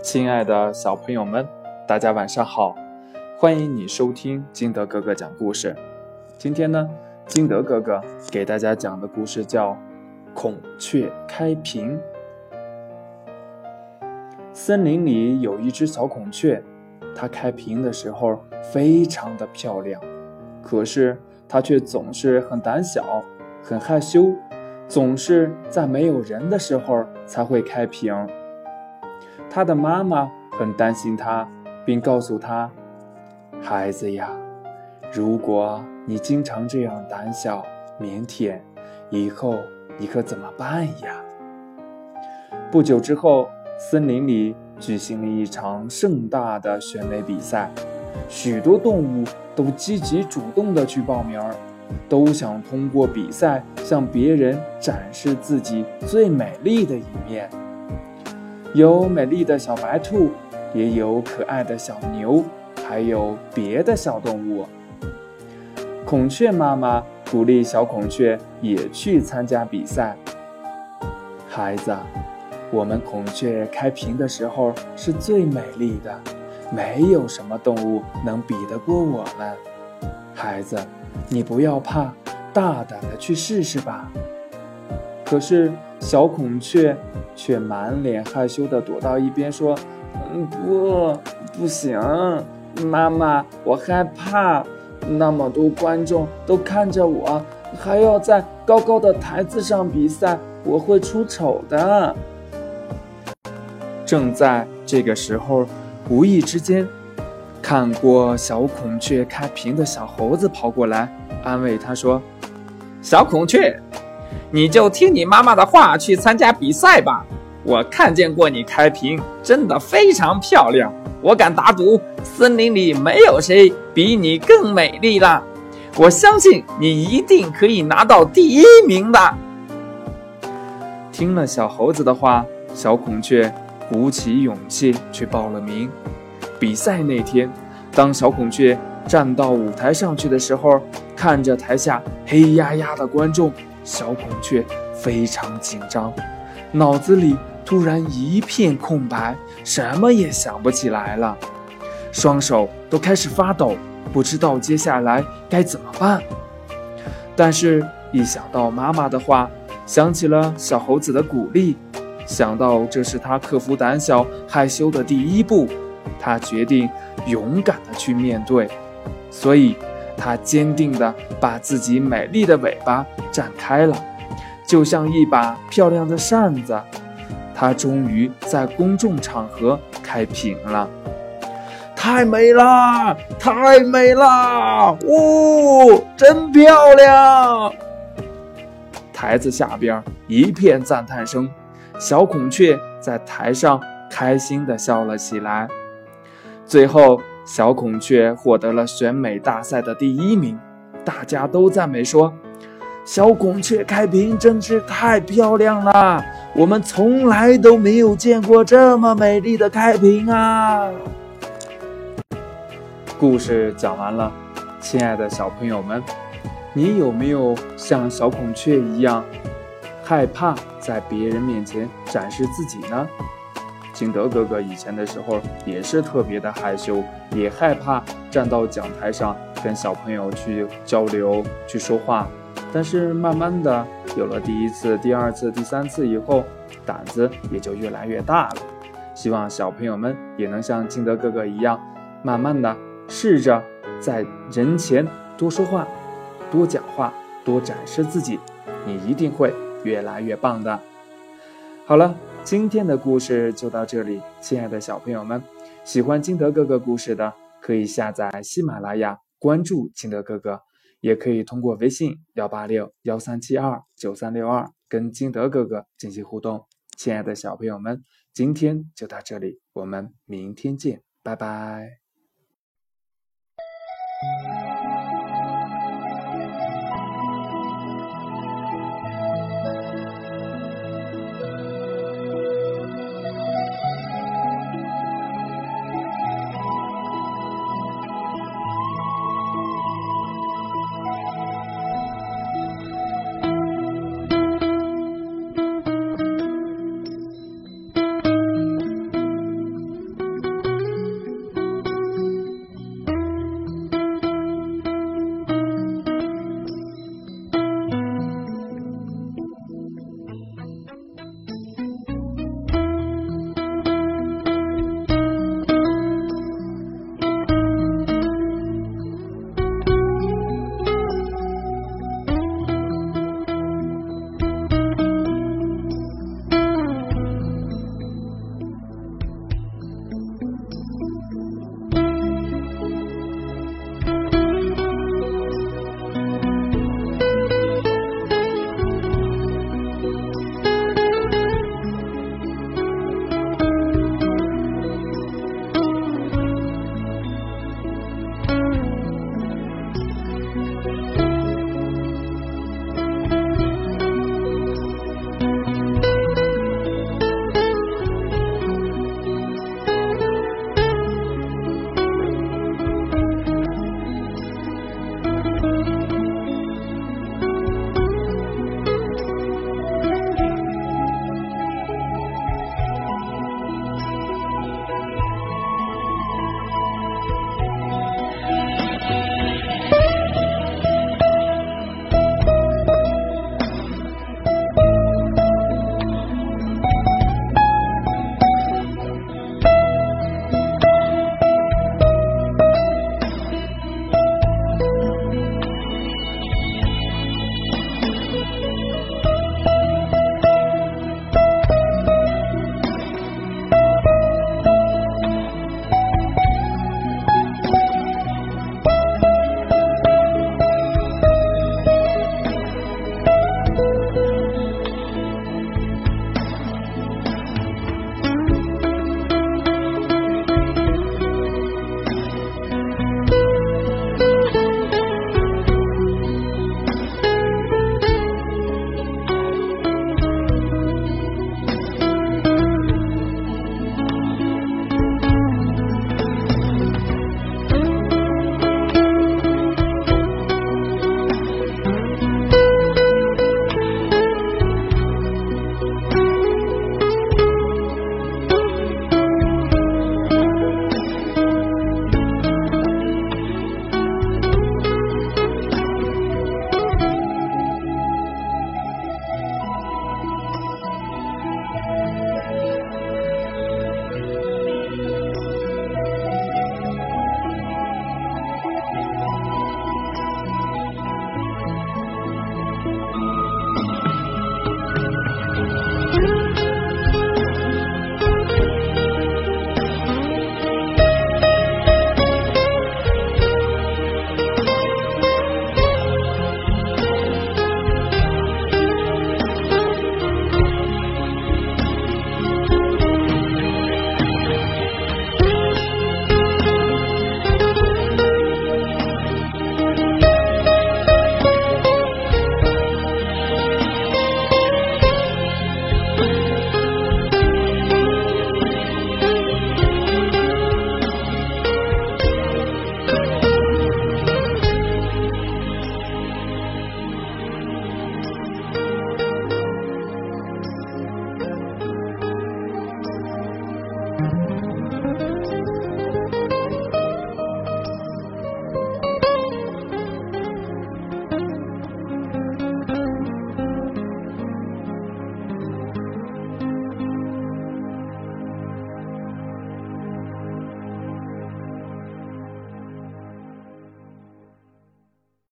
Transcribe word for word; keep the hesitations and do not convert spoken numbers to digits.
亲爱的小朋友们，大家晚上好，欢迎你收听金德哥哥讲故事。今天呢，金德哥哥给大家讲的故事叫《孔雀开屏》。森林里有一只小孔雀，它开屏的时候非常的漂亮，可是它却总是很胆小，很害羞，总是在没有人的时候才会开屏。他的妈妈很担心他，并告诉他：孩子呀，如果你经常这样胆小腼腆，以后你可怎么办呀？不久之后，森林里举行了一场盛大的选美比赛，许多动物都积极主动地去报名，都想通过比赛向别人展示自己最美丽的一面。有美丽的小白兔，也有可爱的小牛，还有别的小动物。孔雀妈妈鼓励小孔雀也去参加比赛。孩子，我们孔雀开屏的时候是最美丽的，没有什么动物能比得过我们。孩子，你不要怕，大胆地去试试吧。可是小孔雀却满脸害羞地躲到一边说：嗯，不，不行，妈妈，我害怕，那么多观众都看着我，还要在高高的台子上比赛，我会出丑的。正在这个时候，无意之间看过小孔雀开屏的小猴子跑过来，安慰他说：小孔雀，你就听你妈妈的话去参加比赛吧，我看见过你开屏，真的非常漂亮，我敢打赌森林里没有谁比你更美丽了，我相信你一定可以拿到第一名的。听了小猴子的话，小孔雀鼓起勇气去报了名。比赛那天，当小孔雀站到舞台上去的时候，看着台下黑压压的观众，小孔雀非常紧张，脑子里突然一片空白，什么也想不起来了，双手都开始发抖，不知道接下来该怎么办。但是一想到妈妈的话，想起了小猴子的鼓励，想到这是他克服胆小害羞的第一步，他决定勇敢地去面对。所以他坚定地把自己美丽的尾巴展开了，就像一把漂亮的扇子。他终于在公众场合开屏了。太美了，太美了，哦，真漂亮！台子下边一片赞叹声，小孔雀在台上开心地笑了起来。最后，小孔雀获得了选美大赛的第一名，大家都赞美说：小孔雀开屏真是太漂亮了，我们从来都没有见过这么美丽的开屏啊！故事讲完了，亲爱的小朋友们，你有没有像小孔雀一样害怕在别人面前展示自己呢？金德哥哥以前的时候也是特别的害羞，也害怕站到讲台上跟小朋友去交流去说话，但是慢慢的有了第一次第二次第三次以后，胆子也就越来越大了。希望小朋友们也能像金德哥哥一样，慢慢的试着在人前多说话，多讲话，多展示自己，你一定会越来越棒的。好了，今天的故事就到这里，亲爱的小朋友们，喜欢金德哥哥故事的，可以下载喜马拉雅，关注金德哥哥，也可以通过微信幺八六幺三七二九三六二跟金德哥哥进行互动。亲爱的小朋友们，今天就到这里，我们明天见，拜拜。